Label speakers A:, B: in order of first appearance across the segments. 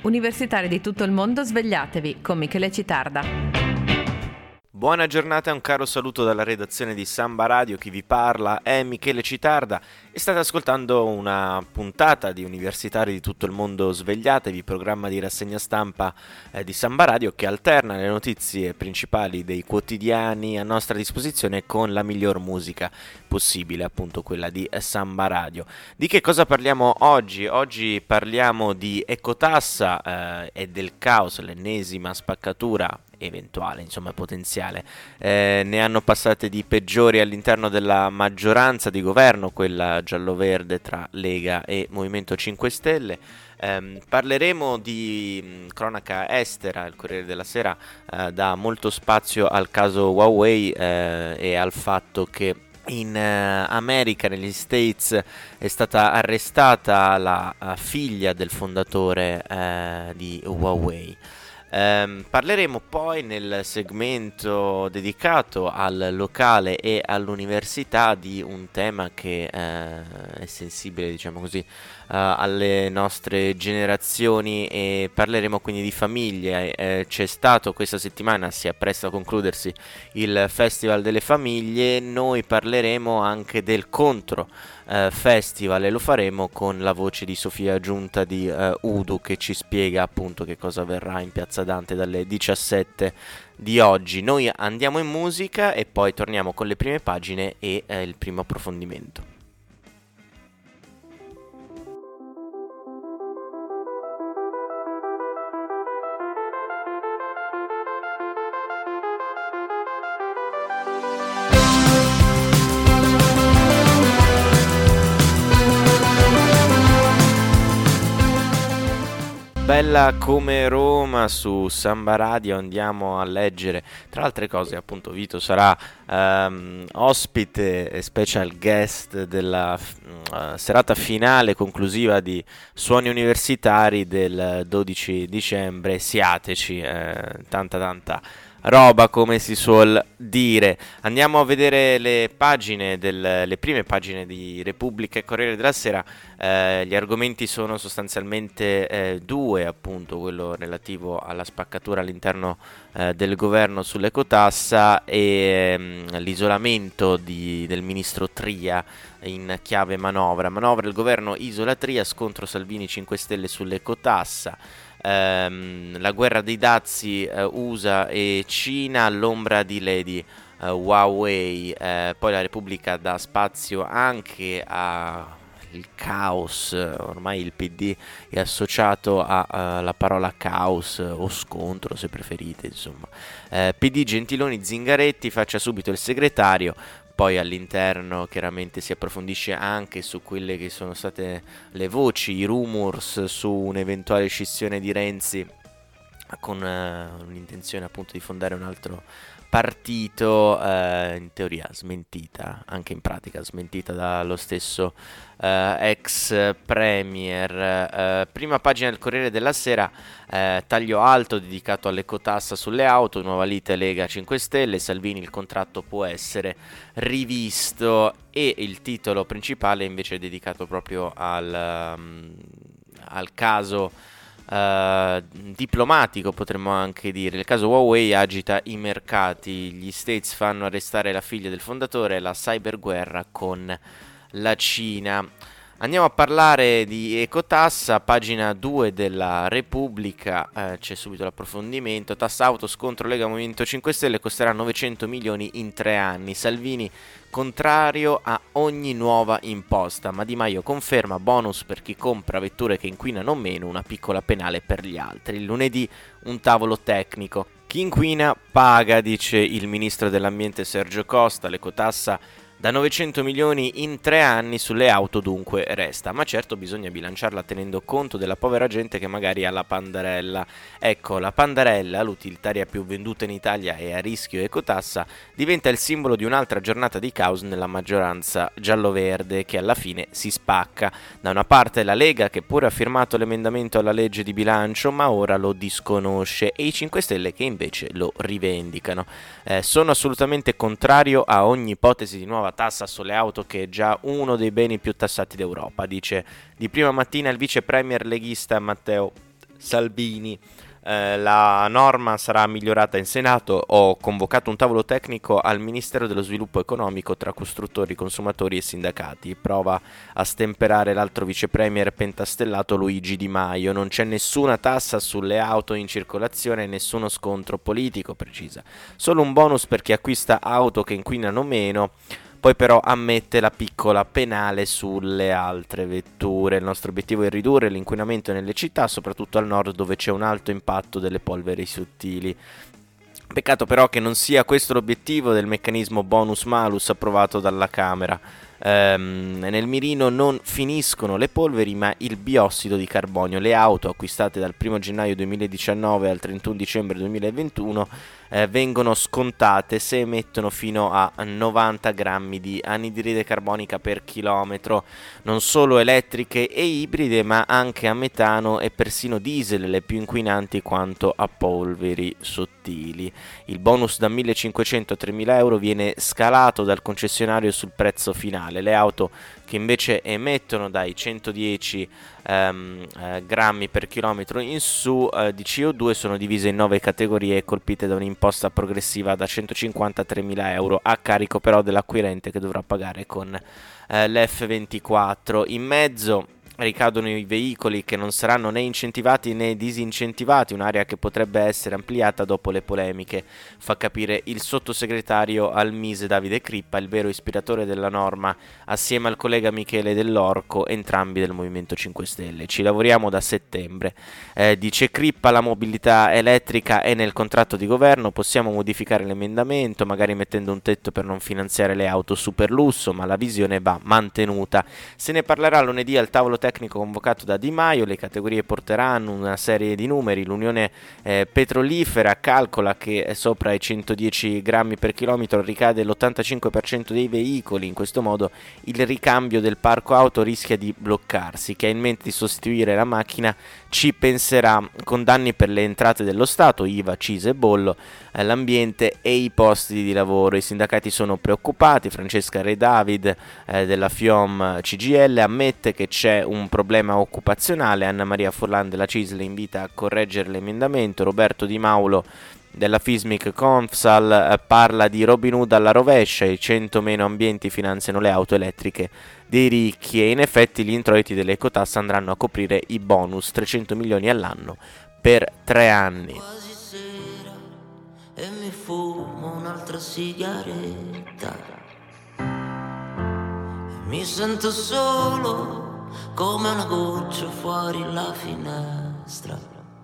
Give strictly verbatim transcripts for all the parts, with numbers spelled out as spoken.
A: Universitari di tutto il mondo, svegliatevi con Michele Citarda.
B: Buona giornata e un caro saluto dalla redazione di Samba Radio. Chi vi parla è Michele Citarda e state ascoltando una puntata di Universitari di tutto il mondo svegliatevi, programma di rassegna stampa eh, di Samba Radio che alterna le notizie principali dei quotidiani a nostra disposizione con la miglior musica possibile, appunto quella di Samba Radio. Di che cosa parliamo oggi? Oggi parliamo di ecotassa eh, e del caos, l'ennesima spaccatura eventuale, insomma potenziale. Eh, ne hanno passate di peggiori all'interno della maggioranza di governo, quella giallo-verde tra Lega e Movimento cinque Stelle. Eh, parleremo di mh, cronaca estera. Il Corriere della Sera eh, dà molto spazio al caso Huawei eh, e al fatto che in uh, America, negli States, è stata arrestata la uh, figlia del fondatore uh, di Huawei. Um, parleremo poi nel segmento dedicato al locale e all'università di un tema che uh, è sensibile, diciamo così, uh, alle nostre generazioni, e parleremo quindi di famiglie. Eh, c'è stato questa settimana, si appresta a concludersi il Festival delle Famiglie. Noi parleremo anche del contro Uh, festival e lo faremo con la voce di Sofia Giunta di uh, Udu, che ci spiega appunto che cosa avverrà in Piazza Dante dalle diciassette di oggi. Noi andiamo in musica e poi torniamo con le prime pagine e uh, il primo approfondimento. Bella come Roma su Samba Radio. Andiamo a leggere, tra altre cose, appunto Vito sarà um, ospite e special guest della uh, serata finale conclusiva di Suoni Universitari del dodici dicembre. Siateci, eh, tanta tanta roba, come si suol dire. Andiamo a vedere le pagine del, le prime pagine di Repubblica e Corriere della Sera. Eh, gli argomenti sono sostanzialmente eh, due, appunto quello relativo alla spaccatura all'interno eh, del governo sull'ecotassa e ehm, l'isolamento di, del ministro Tria in chiave manovra. Manovra, il governo isola Tria, scontro Salvini cinque Stelle sull'ecotassa. Um, la guerra dei dazi uh, U S A e Cina all'ombra di Lady uh, Huawei. Uh, poi la Repubblica dà spazio anche al caos. Ormai il P D è associato alla parola caos o scontro, se preferite, insomma. uh, P D Gentiloni Zingaretti, faccia subito il segretario. Poi all'interno chiaramente si approfondisce anche su quelle che sono state le voci, i rumors su un'eventuale scissione di Renzi con uh, un'intenzione appunto di fondare un altro partito, uh, in teoria smentita, anche in pratica smentita dallo stesso uh, ex premier. Uh, prima pagina del Corriere della Sera, uh, taglio alto dedicato all'ecotassa sulle auto, nuova lite Lega cinque Stelle, Salvini il contratto può essere rivisto, e il titolo principale invece è dedicato proprio al, um, al caso Uh, diplomatico, potremmo anche dire. Il caso Huawei agita i mercati, gli States fanno arrestare la figlia del fondatore, la cyberguerra con la Cina. Andiamo a parlare di ecotassa, pagina due della Repubblica, eh, c'è subito l'approfondimento. Tassa auto, scontro Lega Movimento cinque Stelle, costerà novecento milioni in tre anni. Salvini contrario a ogni nuova imposta, ma Di Maio conferma bonus per chi compra vetture che inquinano meno, una piccola penale per gli altri. Lunedì un tavolo tecnico. Chi inquina paga, dice il ministro dell'ambiente Sergio Costa. L'ecotassa da novecento milioni in tre anni sulle auto dunque resta, ma certo bisogna bilanciarla tenendo conto della povera gente che magari ha la Pandarella. Ecco, la Pandarella, l'utilitaria più venduta in Italia e a rischio ecotassa, diventa il simbolo di un'altra giornata di caos nella maggioranza giallo-verde, che alla fine si spacca. Da una parte la Lega, che pure ha firmato l'emendamento alla legge di bilancio ma ora lo disconosce, e i cinque Stelle che invece lo rivendicano. Eh, sono assolutamente contrario a ogni ipotesi di nuova tassa sulle auto, che è già uno dei beni più tassati d'Europa, dice di Prima Mattina il vice premier leghista Matteo Salvini. Eh, la norma sarà migliorata in Senato. Ho convocato un tavolo tecnico al Ministero dello Sviluppo Economico tra costruttori, consumatori e sindacati. Prova a stemperare l'altro vice premier pentastellato Luigi Di Maio. Non c'è nessuna tassa sulle auto in circolazione e nessuno scontro politico, precisa. Solo un bonus per chi acquista auto che inquinano meno. Poi però ammette la piccola penale sulle altre vetture. Il nostro obiettivo è ridurre l'inquinamento nelle città, soprattutto al nord dove c'è un alto impatto delle polveri sottili. Peccato però che non sia questo l'obiettivo del meccanismo bonus-malus approvato dalla Camera. Ehm, nel mirino non finiscono le polveri ma il biossido di carbonio. Le auto acquistate dal primo gennaio duemiladiciannove al trentuno dicembre duemilaventuno eh, vengono scontate se emettono fino a novanta grammi di anidride carbonica per chilometro. Non solo elettriche e ibride ma anche a metano e persino diesel, le più inquinanti quanto a polveri sottili. Il bonus da millecinquecento a tremila euro viene scalato dal concessionario sul prezzo finale. Le auto che invece emettono dai centodieci ehm, eh, grammi per chilometro in su eh, di C O due sono divise in nove categorie e colpite da un'imposta progressiva da centocinquanta a tremila euro, a carico però dell'acquirente che dovrà pagare con eh, l'F ventiquattro. In mezzo ricadono i veicoli che non saranno né incentivati né disincentivati, un'area che potrebbe essere ampliata dopo le polemiche, fa capire il sottosegretario al Mise Davide Crippa, il vero ispiratore della norma, assieme al collega Michele Dell'Orco, entrambi del Movimento cinque Stelle. Ci lavoriamo da settembre. Eh, dice Crippa, la mobilità elettrica è nel contratto di governo, possiamo modificare l'emendamento, magari mettendo un tetto per non finanziare le auto super lusso, ma la visione va mantenuta. Se ne parlerà lunedì al tavolo tecnico convocato da Di Maio. Le categorie porteranno una serie di numeri. L'Unione eh, Petrolifera calcola che sopra i centodieci grammi per chilometro ricade l'ottantacinque per cento dei veicoli. In questo modo il ricambio del parco auto rischia di bloccarsi. Chi ha in mente di sostituire la macchina ci penserà, con danni per le entrate dello Stato, I V A, C I S E e bollo, eh, l'ambiente e i posti di lavoro. I sindacati sono preoccupati. Francesca Re David eh, della FIOM C G L ammette che c'è un problema occupazionale. Anna Maria Forlan della C I S L invita a correggere l'emendamento. Roberto Di Maulo della Fismic Confsal eh, parla di Robin Hood alla rovescia, i cento meno ambienti finanziano le auto elettriche dei ricchi e in effetti gli introiti dell'ecotasse andranno a coprire i bonus, trecento milioni all'anno per tre anni.
C: Quasi sera e mi fumo un'altra sigaretta e mi sento solo come una goccia fuori la finestra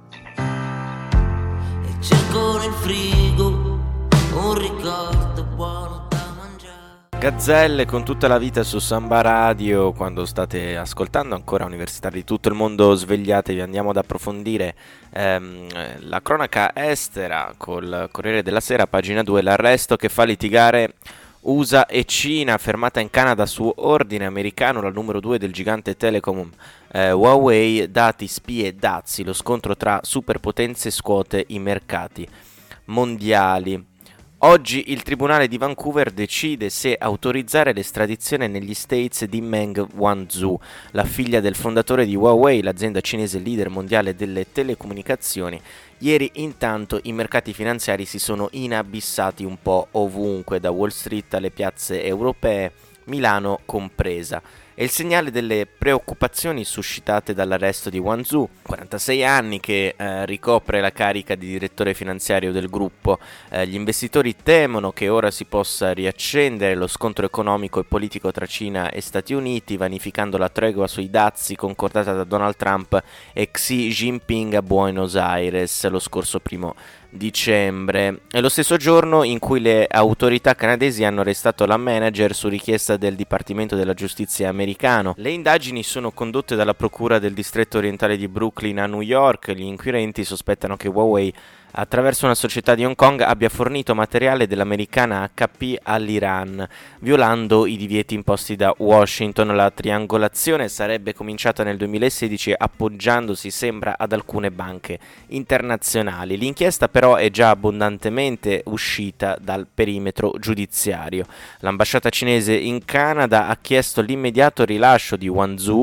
C: e cerco nel frigo un ricordo buono da mangiare.
B: Gazzelle con tutta la vita su Samba Radio. Quando state ascoltando ancora Università di tutto il mondo, svegliatevi, andiamo ad approfondire ehm, la cronaca estera col Corriere della Sera, pagina due. L'arresto che fa litigare U S A e Cina, fermata in Canada su ordine americano la numero due del gigante telecom eh, Huawei, dati, spie e dazi, lo scontro tra superpotenze scuote i mercati mondiali. Oggi il tribunale di Vancouver decide se autorizzare l'estradizione negli States di Meng Wanzhou, la figlia del fondatore di Huawei, l'azienda cinese leader mondiale delle telecomunicazioni. Ieri intanto i mercati finanziari si sono inabissati un po' ovunque, da Wall Street alle piazze europee, Milano compresa. È il segnale delle preoccupazioni suscitate dall'arresto di Wanzhou, quarantasei anni, che eh, ricopre la carica di direttore finanziario del gruppo. Eh, gli investitori temono che ora si possa riaccendere lo scontro economico e politico tra Cina e Stati Uniti, vanificando la tregua sui dazi concordata da Donald Trump e Xi Jinping a Buenos Aires lo scorso primo dicembre. È lo stesso giorno in cui le autorità canadesi hanno arrestato la manager su richiesta del Dipartimento della Giustizia americano. Le indagini sono condotte dalla Procura del distretto orientale di Brooklyn a New York. Gli inquirenti sospettano che Huawei, attraverso una società di Hong Kong, abbia fornito materiale dell'americana H P all'Iran, violando i divieti imposti da Washington. La triangolazione sarebbe cominciata nel duemilasedici appoggiandosi, sembra, ad alcune banche internazionali. L'inchiesta però è già abbondantemente uscita dal perimetro giudiziario. L'ambasciata cinese in Canada ha chiesto l'immediato rilascio di Wanzhou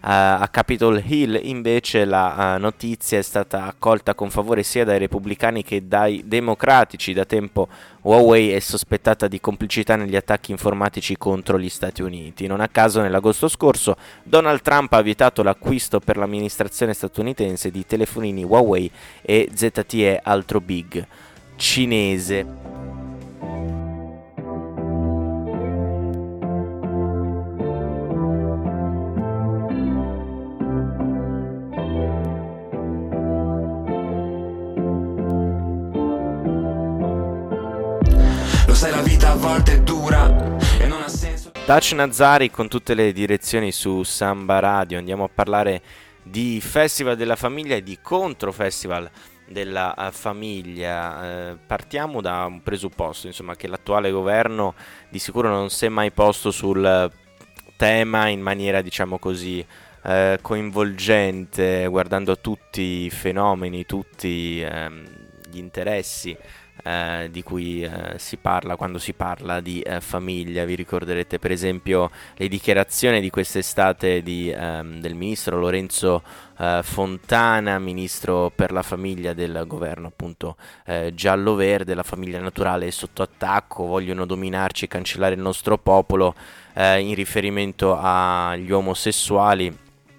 B: a Capitol Hill invece la uh, notizia è stata accolta con favore sia dai repubblicani che dai democratici. Da tempo Huawei è sospettata di complicità negli attacchi informatici contro gli Stati Uniti. Non a caso nell'agosto scorso Donald Trump ha vietato l'acquisto per l'amministrazione statunitense di telefonini Huawei e Z T E, altro big cinese.
D: Sai, la vita a volte è dura e non ha senso.
B: Touch Nazari con tutte le direzioni su Samba Radio. Andiamo a parlare di Festival della Famiglia e di Contro Festival della uh, Famiglia. Eh, partiamo da un presupposto, insomma, che l'attuale governo di sicuro non si è mai posto sul tema in maniera, diciamo così, eh, coinvolgente, guardando tutti i fenomeni, tutti ehm, gli interessi Eh, di cui eh, si parla quando si parla di eh, famiglia. Vi ricorderete per esempio le dichiarazioni di quest'estate di, ehm, del ministro Lorenzo eh, Fontana, ministro per la famiglia del governo appunto eh, giallo-verde. La famiglia naturale è sotto attacco, vogliono dominarci e cancellare il nostro popolo, eh, in riferimento agli omosessuali.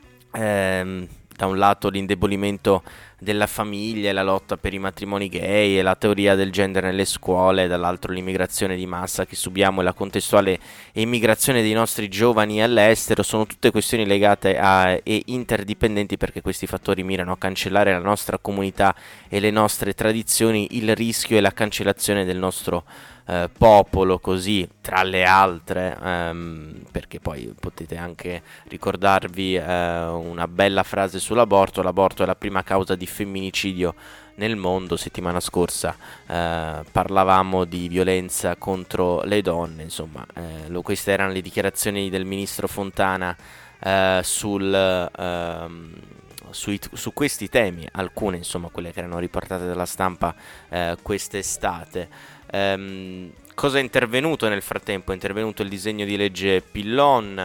B: Ehm, da un lato l'indebolimento della famiglia e la lotta per i matrimoni gay e la teoria del gender nelle scuole, dall'altro l'immigrazione di massa che subiamo e la contestuale immigrazione dei nostri giovani all'estero. Sono tutte questioni legate a, e interdipendenti, perché questi fattori mirano a cancellare la nostra comunità e le nostre tradizioni. Il rischio è la cancellazione del nostro Eh, popolo, così tra le altre, ehm, perché poi potete anche ricordarvi eh, una bella frase sull'aborto: l'aborto è la prima causa di femminicidio nel mondo. Settimana scorsa eh, parlavamo di violenza contro le donne, insomma eh, lo, queste erano le dichiarazioni del ministro Fontana eh, sul ehm, Sui, su questi temi, alcune insomma quelle che erano riportate dalla stampa eh, quest'estate. Ehm, cosa è intervenuto nel frattempo? È intervenuto il disegno di legge Pillon,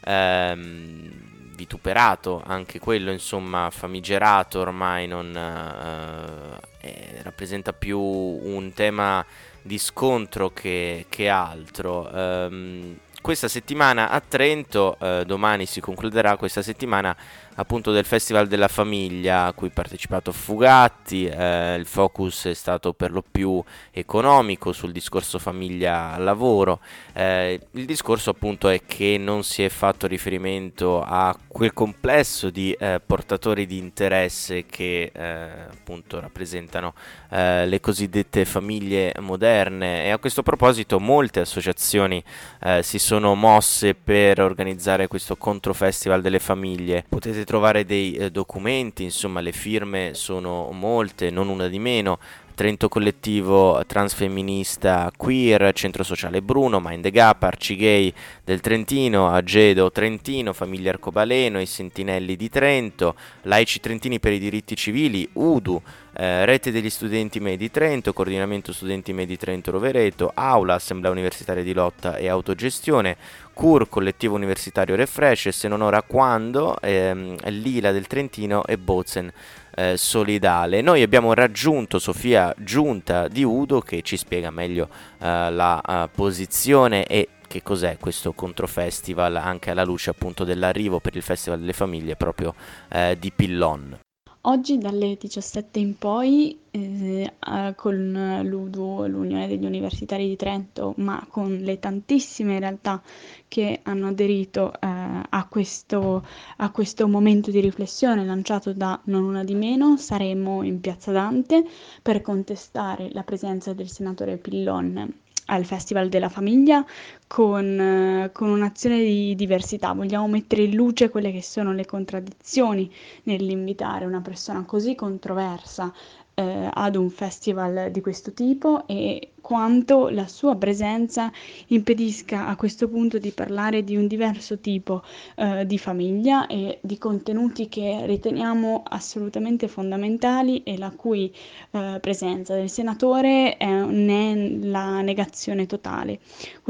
B: ehm, vituperato anche quello, insomma famigerato ormai, non eh, eh, rappresenta più un tema di scontro che, che altro. Ehm, questa settimana a Trento, eh, domani si concluderà questa settimana appunto del Festival della Famiglia, a cui ha partecipato Fugatti. Eh, il focus è stato per lo più economico, sul discorso famiglia-lavoro. Eh, il discorso appunto è che non si è fatto riferimento a quel complesso di eh, portatori di interesse che eh, appunto rappresentano eh, le cosiddette famiglie moderne, e a questo proposito molte associazioni eh, si sono mosse per organizzare questo controfestival delle famiglie. Potete trovare dei eh, documenti, insomma le firme sono molte, non una di meno. Trento Collettivo Transfemminista Queer, Centro Sociale Bruno, Mind the Gap, Arcigay del Trentino, Agedo Trentino, Famiglia Arcobaleno, i Sentinelli di Trento, Laici Trentini per i Diritti Civili, U D U, eh, Rete degli Studenti Medi Trento, Coordinamento Studenti Medi Trento Rovereto, Aula, Assemblea Universitaria di Lotta e Autogestione, C U R, Collettivo Universitario Refresh, e se non ora quando, ehm, Lila del Trentino e Bozen eh, Solidale. Noi abbiamo raggiunto Sofia Giunta di Udo, che ci spiega meglio eh, la uh, posizione e che cos'è questo controfestival, anche alla luce appunto dell'arrivo per il Festival delle Famiglie proprio eh, di Pillon.
E: Oggi dalle diciassette in poi, eh, eh, con l'U D U, l'Unione degli Universitari di Trento, ma con le tantissime in realtà che hanno aderito eh, a questo, a questo momento di riflessione lanciato da non una di meno, saremo in Piazza Dante per contestare la presenza del senatore Pillon al Festival della Famiglia con, eh, con un'azione di diversità. Vogliamo mettere in luce quelle che sono le contraddizioni nell'invitare una persona così controversa eh, ad un festival di questo tipo, e quanto la sua presenza impedisca a questo punto di parlare di un diverso tipo eh, di famiglia e di contenuti che riteniamo assolutamente fondamentali, e la cui eh, presenza del senatore è, ne è la negazione totale. Quello che fa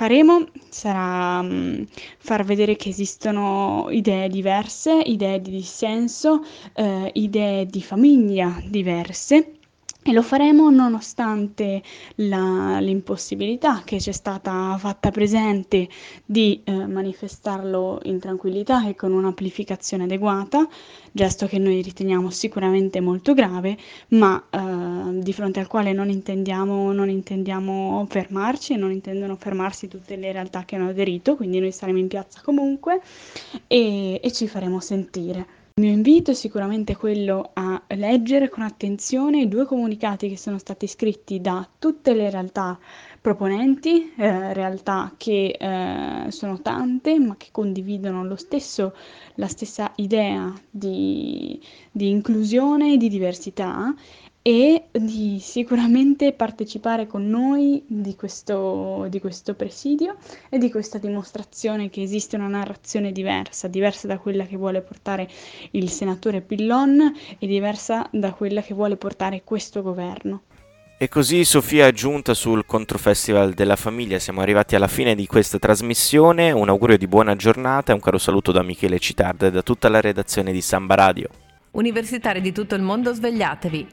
E: faremo sarà mh, far vedere che esistono idee diverse, idee di dissenso, eh, idee di famiglia diverse. E lo faremo nonostante la, l'impossibilità che ci è stata fatta presente di eh, manifestarlo in tranquillità e con un'amplificazione adeguata, gesto che noi riteniamo sicuramente molto grave, ma eh, di fronte al quale non intendiamo, non intendiamo fermarci e non intendono fermarsi tutte le realtà che hanno aderito, quindi noi saremo in piazza comunque e, e ci faremo sentire. Il mio invito è sicuramente quello a leggere con attenzione i due comunicati che sono stati scritti da tutte le realtà proponenti, eh, realtà che eh, sono tante ma che condividono lo stesso, la stessa idea di, di inclusione e di diversità, e di sicuramente partecipare con noi di questo, di questo presidio e di questa dimostrazione che esiste una narrazione diversa, diversa da quella che vuole portare il senatore Pillon e diversa da quella che vuole portare questo governo.
B: E così Sofia è giunta sul Controfestival della Famiglia. Siamo arrivati alla fine di questa trasmissione. Un augurio di buona giornata e un caro saluto da Michele Citarda e da tutta la redazione di Samba Radio.
A: Universitari di tutto il mondo, svegliatevi.